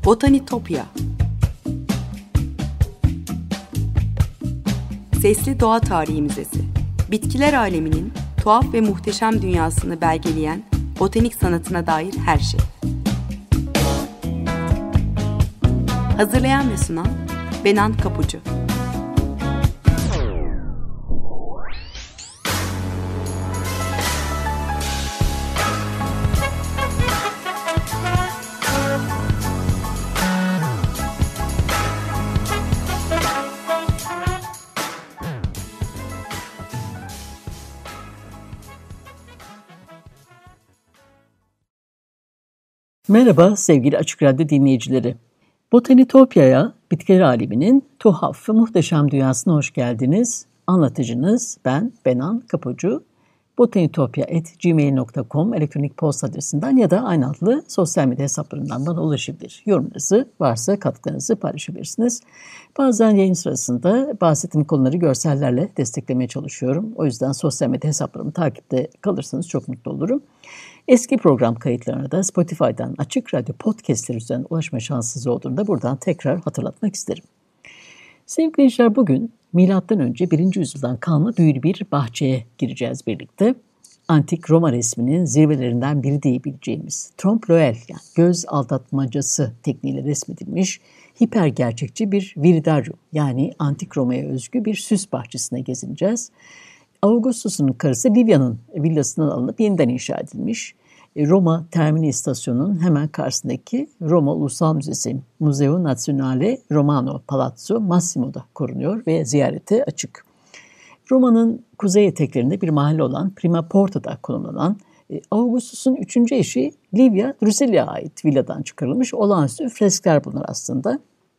Botanitopya. Sesli Doğa Tarihi Müzesi. Bitkiler aleminin tuhaf ve muhteşem dünyasını belgeleyen botanik sanatına dair her şey. Hazırlayan ve sunan Benan Kapucu. Merhaba sevgili Açık Radyo dinleyicileri. Botanitopya'ya, bitkiler aleminin tuhaf ve muhteşem dünyasına hoş geldiniz. Anlatıcınız ben Benan Kapucu. botanitopya@gmail.com elektronik posta adresinden ya da aynı adlı sosyal medya hesaplarından bana ulaşabilir. Yorumlarınızı varsa katkılarınızı paylaşabilirsiniz. Bazen yayın sırasında bahsettiğim konuları görsellerle desteklemeye çalışıyorum. O yüzden sosyal medya hesaplarımı takipte kalırsanız çok mutlu olurum. Eski program kayıtlarına da Spotify'dan Açık Radyo Podcast'leri üzerinden ulaşma şansınız olduğunda buradan tekrar hatırlatmak isterim. Sevgili dinleyiciler, bugün M.Ö. 1. yüzyıldan kalma büyülü bir bahçeye gireceğiz birlikte. Antik Roma resminin zirvelerinden biri diyebileceğimiz trompe l'œil, yani göz aldatmacası tekniğiyle resmedilmiş hiper gerçekçi bir viridarium, yani Antik Roma'ya özgü bir süs bahçesine gezineceğiz. Augustus'un karısı Livia'nın villasından alınıp yeniden inşa edilmiş. Roma Termini İstasyonu'nun hemen karşısındaki Roma Ulusal Müzesi Museo Nazionale Romano Palazzo Massimo'da korunuyor ve ziyarete açık. Roma'nın kuzey eteklerinde bir mahalle olan Prima Porta'da konumlanan Augustus'un 3. eşi Livia Drusilya'ya ait villadan çıkarılmış olağanüstü freskler bunlar aslında.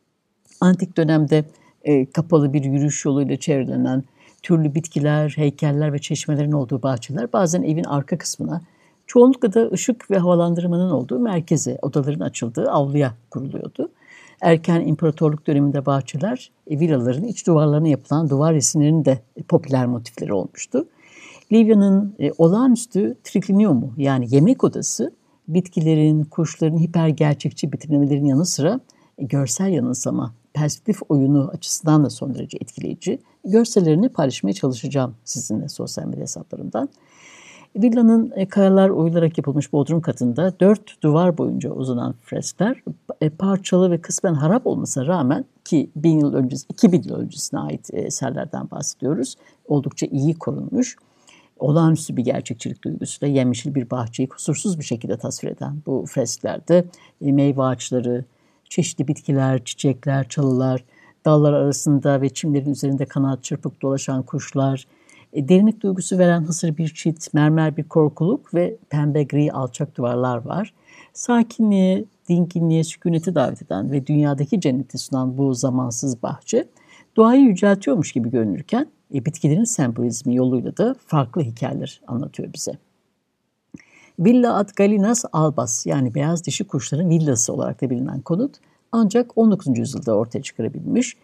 Antik dönemde kapalı bir yürüyüş yoluyla çevrelenen türlü bitkiler, heykeller ve çeşmelerin olduğu bahçeler bazen evin arka kısmına, çoğunlukla da ışık ve havalandırmanın olduğu merkeze, odaların açıldığı avluya kuruluyordu. Erken imparatorluk döneminde bahçeler, villaların iç duvarlarına yapılan duvar resimlerinin de popüler motifleri olmuştu. Livia'nın olağanüstü trikliniumu, yani yemek odası, bitkilerin, kuşların hiper gerçekçi betimlemelerin yanı sıra görsel yanılsama, perspektif oyunu açısından da son derece etkileyici. Görsellerini paylaşmaya çalışacağım sizinle sosyal medya hesaplarımdan. Villanın kayalar oyularak yapılmış bodrum katında 4 duvar boyunca uzanan freskler parçalı ve kısmen harap olmasına rağmen, ki 2000 yıl öncesine ait eserlerden bahsediyoruz, oldukça iyi korunmuş. Olağanüstü bir gerçekçilik duygusuyla yemyeşil bir bahçeyi kusursuz bir şekilde tasvir eden bu fresklerde meyve ağaçları, çeşitli bitkiler, çiçekler, çalılar, dallar arasında ve çimlerin üzerinde kanat çırpıp dolaşan kuşlar, derinlik duygusu veren hısır bir çit, mermer bir korkuluk ve pembe gri alçak duvarlar var. Sakinliğe, dinginliğe, sükunete davet eden ve dünyadaki cenneti sunan bu zamansız bahçe, doğayı yüceltiyormuş gibi görünürken bitkilerin sembolizmi yoluyla da farklı hikayeler anlatıyor bize. Villa ad Gallinas albas, yani beyaz dişi kuşların villası olarak da bilinen konut ancak 19. yüzyılda ortaya çıkarabilmiş.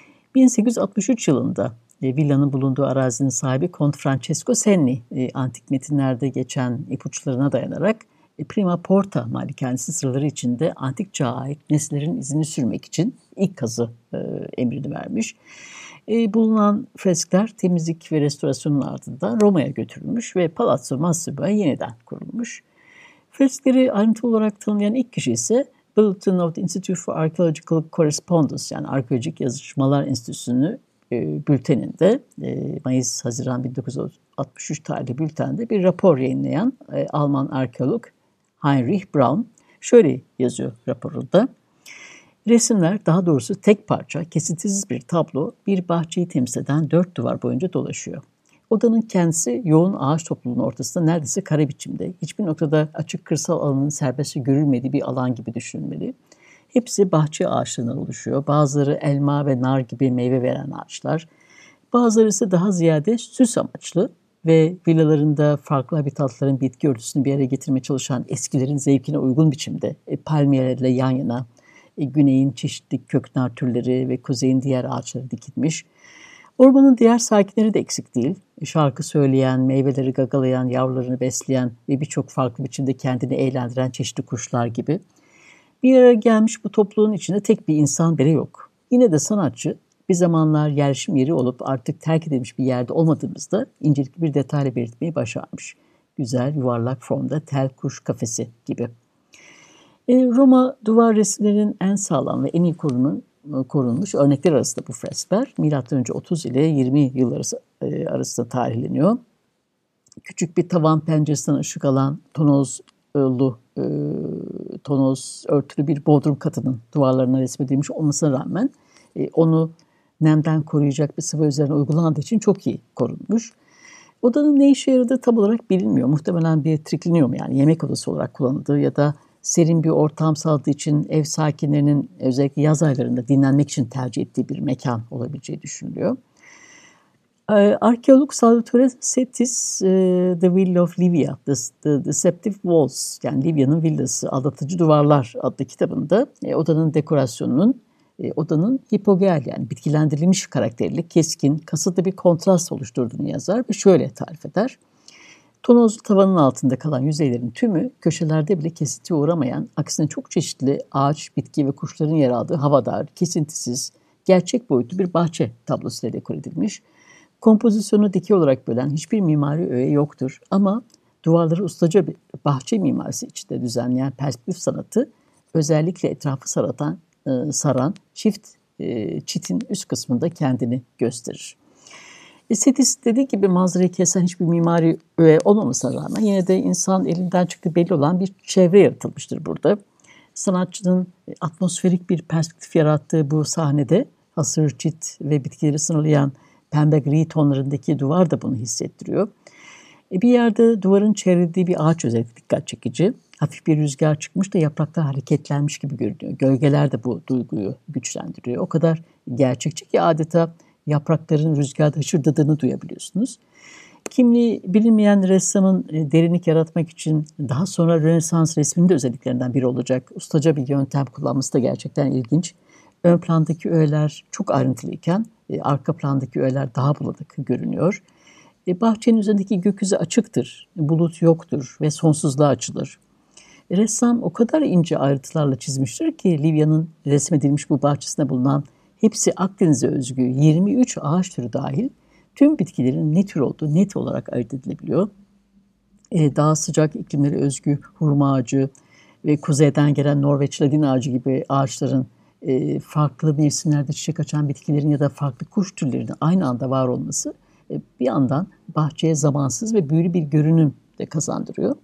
1863 yılında villanın bulunduğu arazinin sahibi Kont Francesco Senni, antik metinlerde geçen ipuçlarına dayanarak Prima Porta malikanesi sırları içinde antik çağa ait nesnelerin izini sürmek için ilk kazı emrini vermiş. Bulunan freskler temizlik ve restorasyonun ardından Roma'ya götürülmüş ve Palazzo Massimo'ya yeniden kurulmuş. Freskleri ayrıntılı olarak tanımlayan ilk kişi ise Bulletin of the Institute for Archaeological Correspondence, yani Arkeolojik Yazışmalar Enstitüsü'nün bülteninde Mayıs-Haziran 1963 tarihli bültende bir rapor yayınlayan Alman arkeolog Heinrich Braun şöyle yazıyor raporunda. Resimler, daha doğrusu tek parça, kesintisiz bir tablo, bir bahçeyi temsil eden 4 duvar boyunca dolaşıyor. Odanın kendisi yoğun ağaç topluluğunun ortasında neredeyse kare biçimde, hiçbir noktada açık kırsal alanın serbestçe görülmediği bir alan gibi düşünülmeli. Hepsi bahçe ağaçlarından oluşuyor. Bazıları elma ve nar gibi meyve veren ağaçlar. Bazıları ise daha ziyade süs amaçlı ve villalarında farklı habitatların bitki örtüsünü bir araya getirmeye çalışan eskilerin zevkine uygun biçimde palmiyelerle yan yana, güneyin çeşitli köknar türleri ve kuzeyin diğer ağaçları dikilmiş. Ormanın diğer sakinleri de eksik değil. Şarkı söyleyen, meyveleri gagalayan, yavrularını besleyen ve birçok farklı biçimde kendini eğlendiren çeşitli kuşlar gibi. Bir araya gelmiş bu topluluğun içinde tek bir insan bile yok. Yine de sanatçı bir zamanlar yerleşim yeri olup artık terk edilmiş bir yerde olmadığımızda incelikli bir detayla belirtmeyi başarmış. Güzel, yuvarlak formda tel kuş kafesi gibi. Roma duvar resimlerinin en sağlam ve en iyi korunmuş örnekler arasında bu freskler. M.Ö. 30 ile 20 yıl arasında tarihleniyor. Küçük bir tavan penceresinden ışık alan tonoz örtülü bir bodrum katının duvarlarına resmedilmiş olmasına rağmen onu nemden koruyacak bir sıvı üzerine uygulandığı için çok iyi korunmuş. Odanın ne işe yaradığı tam olarak bilinmiyor. Muhtemelen bir triklinium yani yemek odası olarak kullanıldığı ya da serin bir ortam sağladığı için ev sakinlerinin özellikle yaz aylarında dinlenmek için tercih ettiği bir mekan olabileceği düşünülüyor. Arkeolog Salvatore Settis, The Villa of Livia, The Deceptive Walls, yani Livya'nın villası, Aldatıcı Duvarlar adlı kitabında odanın dekorasyonunun, odanın hipogel yani bitkilendirilmiş karakterli, keskin, kasıtlı bir kontrast oluşturduğunu yazar ve şöyle tarif eder. Tonozlu tavanın altında kalan yüzeylerin tümü köşelerde bile kesintiye uğramayan, aksine çok çeşitli ağaç, bitki ve kuşların yer aldığı havadar, kesintisiz, gerçek boyutlu bir bahçe tablosuyla dekor edilmiş. Kompozisyonu dikey olarak bölen hiçbir mimari öğe yoktur ama duvarları ustaca bir bahçe mimarisi içinde düzenleyen perspektif sanatı özellikle etrafı saran çitin üst kısmında kendini gösterir. Settis dediği gibi manzarayı kesen hiçbir mimari öğe olmamasına rağmen yine de insan elinden çıktığı belli olan bir çevre yaratılmıştır burada. Sanatçının atmosferik bir perspektif yarattığı bu sahnede hasır, çit ve bitkileri sınırlayan pembe gri tonlarındaki duvar da bunu hissettiriyor. Bir yerde duvarın çevrildiği bir ağaç özellikle dikkat çekici. Hafif bir rüzgar çıkmış da yapraklar hareketlenmiş gibi görünüyor. Gölgeler de bu duyguyu güçlendiriyor. O kadar gerçekçi ki adeta yaprakların rüzgarda hışırdadığını duyabiliyorsunuz. Kimliği bilinmeyen ressamın derinlik yaratmak için daha sonra Rönesans resminin de özelliklerinden biri olacak ustaca bir yöntem kullanması da gerçekten ilginç. Ön plandaki öğeler çok ayrıntılıyken arka plandaki öğeler daha bulanık görünüyor. Bahçenin üzerindeki gökyüzü açıktır, bulut yoktur ve sonsuzluğa açılır. Ressam o kadar ince ayrıntılarla çizmiştir ki Livya'nın resmedilmiş bu bahçesinde bulunan hepsi Akdeniz'e özgü 23 ağaç türü dahil tüm bitkilerin ne tür olduğu net olarak ayırt edilebiliyor. Daha sıcak iklimlere özgü hurma ağacı ve kuzeyden gelen Norveç ladin ağacı gibi ağaçların farklı mevsimlerde çiçek açan bitkilerin ya da farklı kuş türlerinin aynı anda var olması bir yandan bahçeye zamansız ve büyülü bir görünüm de kazandırıyor.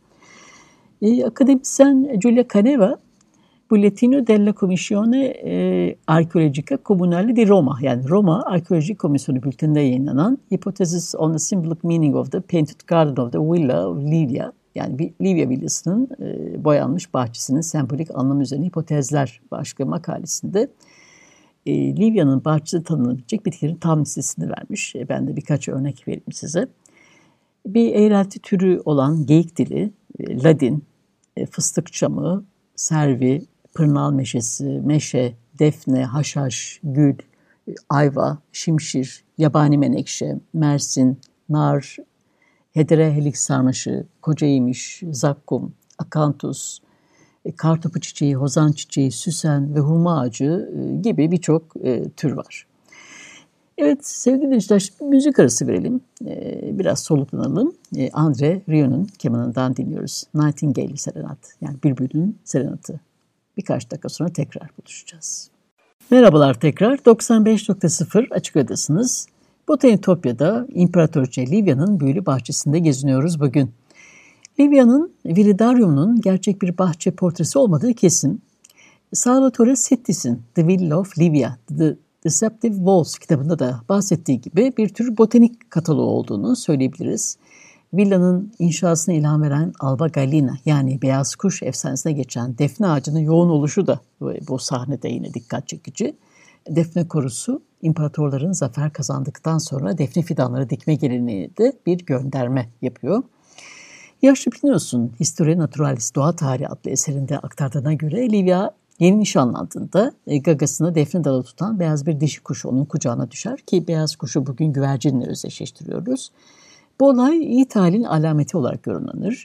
Akademisyen Giulia Caneva, Bulletino della Commissione Archeologica Comunale di Roma, yani Roma Arkeoloji Komisyonu bülteninde yayınlanan Hypothesis on the Symbolic Meaning of the Painted Garden of the Villa of Livia, yani Livia villasının boyanmış bahçesinin sembolik anlamı üzerine hipotezler başlıklı makalesinde Livya'nın bahçede tanınabilecek bitkilerin tam listesini vermiş. Ben de birkaç örnek vereyim size. Bir eğrelti türü olan geyik dili, ladin, fıstık çamı, servi, pırnal meşesi, meşe, defne, haşhaş, gül, ayva, şimşir, yabani menekşe, mersin, nar, hedere helik sarmaşı, kocayemiş, zakkum, akantus, kartopu çiçeği, hozan çiçeği, süsen ve hurma ağacı gibi birçok tür var. Evet sevgili dinleyiciler, şimdi müzik arası verelim. Biraz soluklanalım. Andre Rio'nun kemanından dinliyoruz. Nightingale Serenat, yani Bülbül'ün Serenatı. Birkaç dakika sonra tekrar buluşacağız. Merhabalar tekrar. 95.0 Açık Radyo'dasınız. Botanitopya'da İmparatoriçe Livya'nın büyülü bahçesinde geziniyoruz bugün. Livya'nın Vilidarium'un gerçek bir bahçe portresi olmadığı kesin. Salvatore Settis'in The Villa of Livia, The Deceptive Walls kitabında da bahsettiği gibi bir tür botanik kataloğu olduğunu söyleyebiliriz. Villanın inşasına ilham veren Alba Gallina, yani beyaz kuş efsanesine geçen defne ağacının yoğun oluşu da bu sahnede yine dikkat çekici. Defne korusu imparatorların zafer kazandıktan sonra defne fidanları dikme geleneği de bir gönderme yapıyor. Yaşlı Plinius'un Historia Naturalis Doğa Tarihi adlı eserinde aktardığına göre Livia yeni nişanlandığında gagasını defne dalı tutan beyaz bir dişi kuş onun kucağına düşer ki beyaz kuşu bugün güvercinle özdeşleştiriyoruz. Bu olay iyi talihin alameti olarak yorumlanır.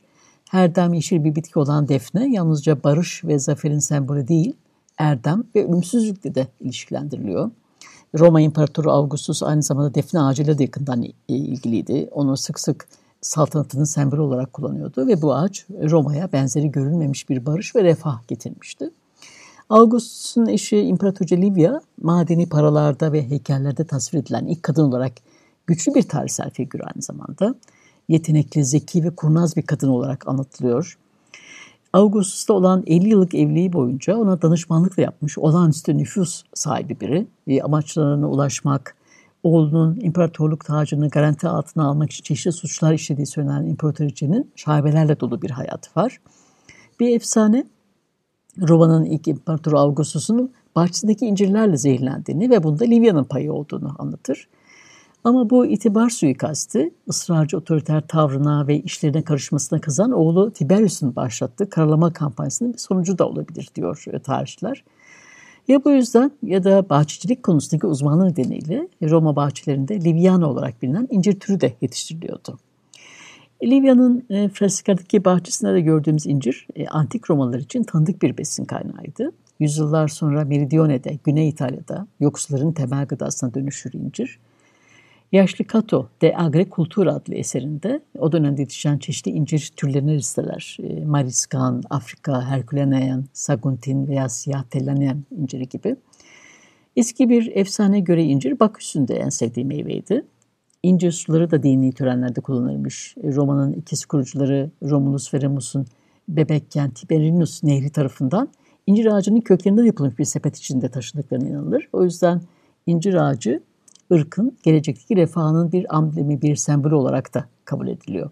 Herdem yeşil bir bitki olan defne yalnızca barış ve zaferin sembolü değil, erdem ve ölümsüzlükle de ilişkilendiriliyor. Roma İmparatoru Augustus aynı zamanda defne ağacıyla da yakından ilgiliydi. Onu sık sık saltanatının sembolü olarak kullanıyordu ve bu ağaç Roma'ya benzeri görülmemiş bir barış ve refah getirmişti. Augustus'un eşi İmparatoriçe Livia, madeni paralarda ve heykellerde tasvir edilen ilk kadın olarak güçlü bir tarihsel figür aynı zamanda. Yetenekli, zeki ve kurnaz bir kadın olarak anlatılıyor. Augustus'ta olan 50 yıllık evliliği boyunca ona danışmanlık da yapmış olağanüstü nüfus sahibi biri. Amaçlarına ulaşmak, oğlunun imparatorluk tacını garanti altına almak için çeşitli suçlar işlediği söylenen imparatoriçenin şaibelerle dolu bir hayatı var. Bir efsane, Roma'nın ilk imparatoru Augustus'un bahçesindeki incirlerle zehirlendiğini ve bunda Livia'nın payı olduğunu anlatır. Ama bu itibar suikastı, ısrarcı otoriter tavrına ve işlerine karışmasına kızan oğlu Tiberius'un başlattığı karalama kampanyasının bir sonucu da olabilir diyor tarihçiler. Ya bu yüzden ya da bahçecilik konusundaki uzmanlığı nedeniyle Roma bahçelerinde Liviana olarak bilinen incir türü de yetiştiriliyordu. Livia'nın freskadaki bahçesinde de gördüğümüz incir antik Romalılar için tanıdık bir besin kaynağıydı. Yüzyıllar sonra Meridione'de, Güney İtalya'da yoksulların temel gıdasına dönüşür incir. Yaşlı Cato de Agricultura adlı eserinde o dönemde yetişen çeşitli incir türlerini listeler. Mariscan, Afrika, Herculaneum, Saguntin veya Siyah Tellaneum inciri gibi. Eski bir efsaneye göre incir Baküs'ün de en sevdiği meyveydi. İncir suları da dini törenlerde kullanılmış. Roma'nın ikiz kurucuları Romulus ve Remus'un bebekken Tiberinus Nehri tarafından incir ağacının köklerinden yapılmış bir sepet içinde taşıdıklarına inanılır. O yüzden incir ağacı ırkın gelecekteki refahının bir amblemi, bir sembolü olarak da kabul ediliyor.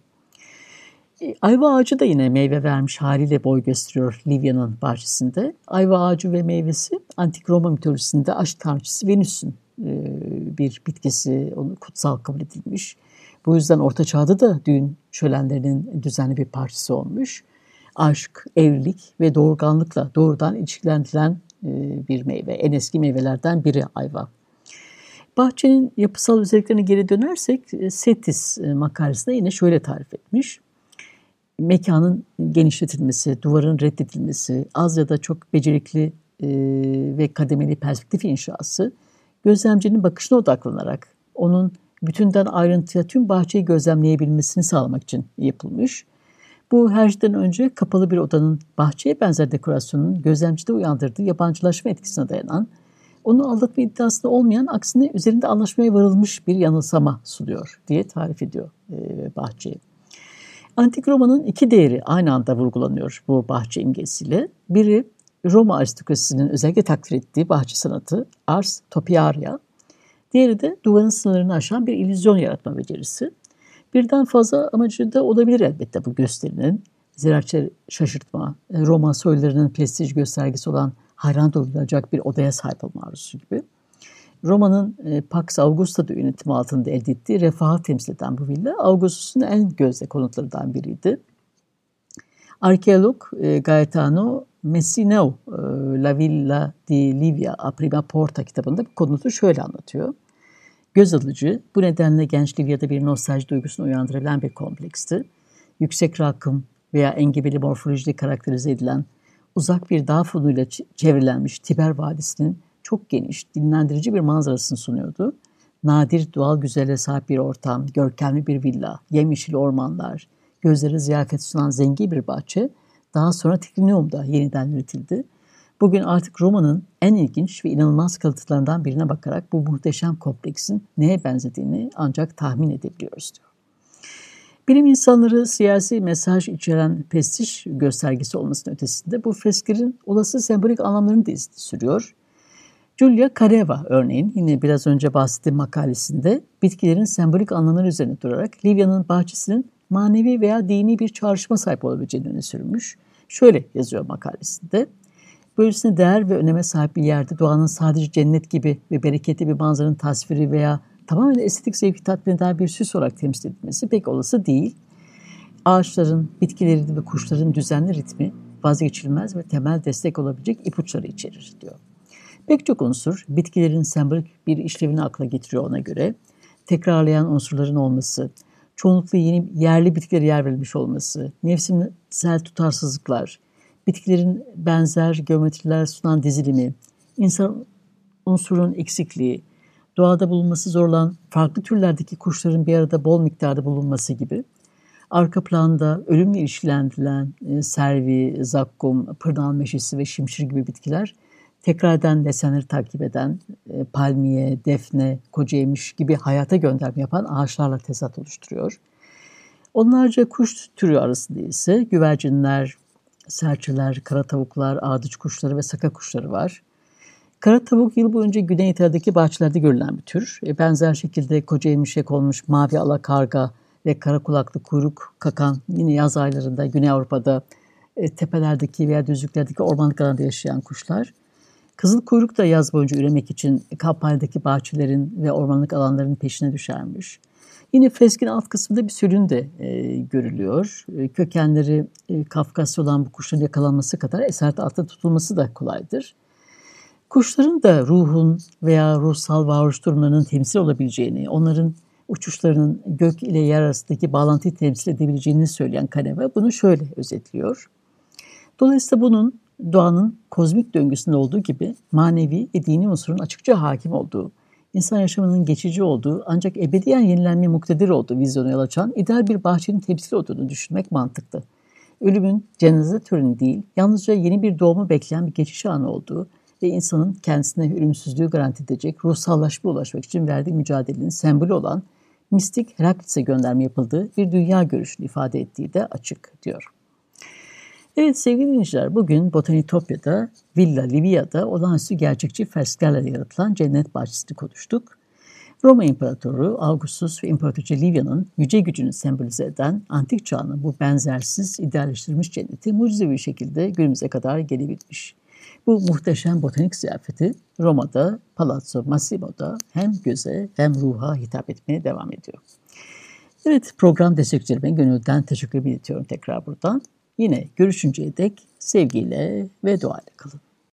Ayva ağacı da yine meyve vermiş haliyle boy gösteriyor Livia'nın bahçesinde. Ayva ağacı ve meyvesi antik Roma mitolojisinde aşk tanrıçısı Venüs'ün bir bitkisi, onu kutsal kabul edilmiş. Bu yüzden Orta Çağ'da da düğün şölenlerinin düzenli bir parçası olmuş. Aşk, evlilik ve doğurganlıkla doğrudan ilişkilendirilen bir meyve. En eski meyvelerden biri ayva. Bahçenin yapısal özelliklerine geri dönersek Setis makalesinde yine şöyle tarif etmiş. Mekanın genişletilmesi, duvarın reddedilmesi, az ya da çok becerikli ve kademeli perspektif inşası, gözlemcinin bakışına odaklanarak onun bütünden ayrıntıya tüm bahçeyi gözlemleyebilmesini sağlamak için yapılmış. Bu her şeyden önce kapalı bir odanın bahçeye benzer dekorasyonunun gözlemcide uyandırdığı yabancılaşma etkisine dayanan, onu aldatma iddiasında olmayan, aksine üzerinde anlaşmaya varılmış bir yanılsama sunuyor diye tarif ediyor bahçeyi. Antik Roma'nın iki değeri aynı anda vurgulanıyor bu bahçe imgesiyle. Biri Roma aristokrasisinin özellikle takdir ettiği bahçe sanatı, ars topiaria. Diğeri de duvarın sınırlarını aşan bir illüzyon yaratma becerisi. Birden fazla amacı da olabilir elbette bu gösterinin. Ziraatçıları şaşırtma, Roma soylarının prestij göstergesi olan hayran doyulacak bir odaya sahip olma arzusu gibi. Roma'nın Pax Augusta'da yönetimi altında elde ettiği refahı temsil eden bu villa, Augustus'un en gözde konutlarından biriydi. Arkeolog Gaetano Messineo, La Villa di Livia a Prima Porta kitabında bu konutu şöyle anlatıyor. Göz alıcı, bu nedenle genç Livia'da bir nostalji duygusunu uyandırabilen bir kompleksti. Yüksek rakım veya engebeli morfolojide karakterize edilen uzak bir dağ fonuyla çevrilenmiş Tiber Vadisi'nin çok geniş, dinlendirici bir manzarasını sunuyordu. Nadir doğal güzelliğe sahip bir ortam, görkemli bir villa, yemyeşil ormanlar, gözlere ziyafet sunan zengin bir bahçe daha sonra Trignum'da yeniden üretildi. Bugün artık Roma'nın en ilginç ve inanılmaz kalıntılarından birine bakarak bu muhteşem kompleksin neye benzediğini ancak tahmin edebiliyoruz diyor. Bilim insanları siyasi mesaj içeren prestij göstergesi olmasının ötesinde bu fresklerin olası sembolik anlamlarını da sürüyor. Giulia Careva örneğin yine biraz önce bahsettiğim makalesinde bitkilerin sembolik anlamları üzerine durarak Livia'nın bahçesinin manevi veya dini bir çağrışıma sahip olabileceğini öne sürmüş. Şöyle yazıyor makalesinde. Böylesine değer ve öneme sahip bir yerde doğanın sadece cennet gibi ve bereketli bir manzaranın tasviri veya tamamen estetik zevki tatmin eden bir süs olarak temsil edilmesi pek olası değil. Ağaçların, bitkilerin ve kuşların düzenli ritmi vazgeçilmez ve temel destek olabilecek ipuçları içerir diyor. Pek çok unsur bitkilerin sembolik bir işlevini akla getiriyor ona göre. Tekrarlayan unsurların olması, çoğunlukla yeni yerli bitkilere yer verilmiş olması, mevsimsel tutarsızlıklar, bitkilerin benzer geometriler sunan dizilimi, insan unsurun eksikliği, doğada bulunması zor olan farklı türlerdeki kuşların bir arada bol miktarda bulunması gibi, arka planda ölümle ilişkilendirilen servi, zakkum, pırnal meşesi ve şimşir gibi bitkiler, tekrardan desenleri takip eden palmiye, defne, kocayemiş gibi hayata gönderme yapan ağaçlarla tezat oluşturuyor. Onlarca kuş türü arasında ise güvercinler, serçeler, kara tavuklar, ardıç kuşları ve saka kuşları var. Kara tavuk yıl boyunca Güney İtalya'daki bahçelerde görülen bir tür. Benzer şekilde kocayemişe konmuş mavi alakarga ve kara kulaklı kuyruk kakan yine yaz aylarında Güney Avrupa'da tepelerdeki veya düzlüklerdeki ormanlık alanda yaşayan kuşlar. Kızıl kuyruk da yaz boyunca üremek için Kampanya'daki bahçelerin ve ormanlık alanların peşine düşermiş. Yine freskin alt kısmında bir sürün de görülüyor. Kökenleri Kafkasya olan bu kuşların yakalanması kadar eserde altında tutulması da kolaydır. Kuşların da ruhun veya ruhsal varoluş durumlarının temsil olabileceğini, onların uçuşlarının gök ile yer arasındaki bağlantıyı temsil edebileceğini söyleyen Caneva bunu şöyle özetliyor. Dolayısıyla bunun doğanın kozmik döngüsünde olduğu gibi manevi ve dini unsurun açıkça hakim olduğu, insan yaşamının geçici olduğu ancak ebediyen yenilenmeye muktedir olduğu vizyonu yol açan ideal bir bahçenin temsili olduğunu düşünmek mantıklı. Ölümün cenaze töreni değil, yalnızca yeni bir doğumu bekleyen bir geçiş anı olduğu ve insanın kendisine ölümsüzlüğü garanti edecek ruhsallaşmaya ulaşmak için verdiği mücadelenin sembolü olan mistik Heraklit'e gönderme yapıldığı bir dünya görüşünü ifade ettiği de açık diyor. Evet sevgili dinleyiciler, bugün Botanitopya'da Villa Livia'da olağanüstü gerçekçi freskerlerle yaratılan cennet bahçesini konuştuk. Roma İmparatoru Augustus ve İmparatoriçe Livia'nın yüce gücünü sembolize eden antik çağının bu benzersiz idealleştirilmiş cenneti mucizevi bir şekilde günümüze kadar gelebilmiş. Bu muhteşem botanik ziyafeti Roma'da Palazzo Massimo'da hem göze hem ruha hitap etmeye devam ediyor. Evet, program destekçilerime gönülden teşekkür ediyorum tekrar buradan. Yine görüşünceye dek sevgiyle ve duayla kalın.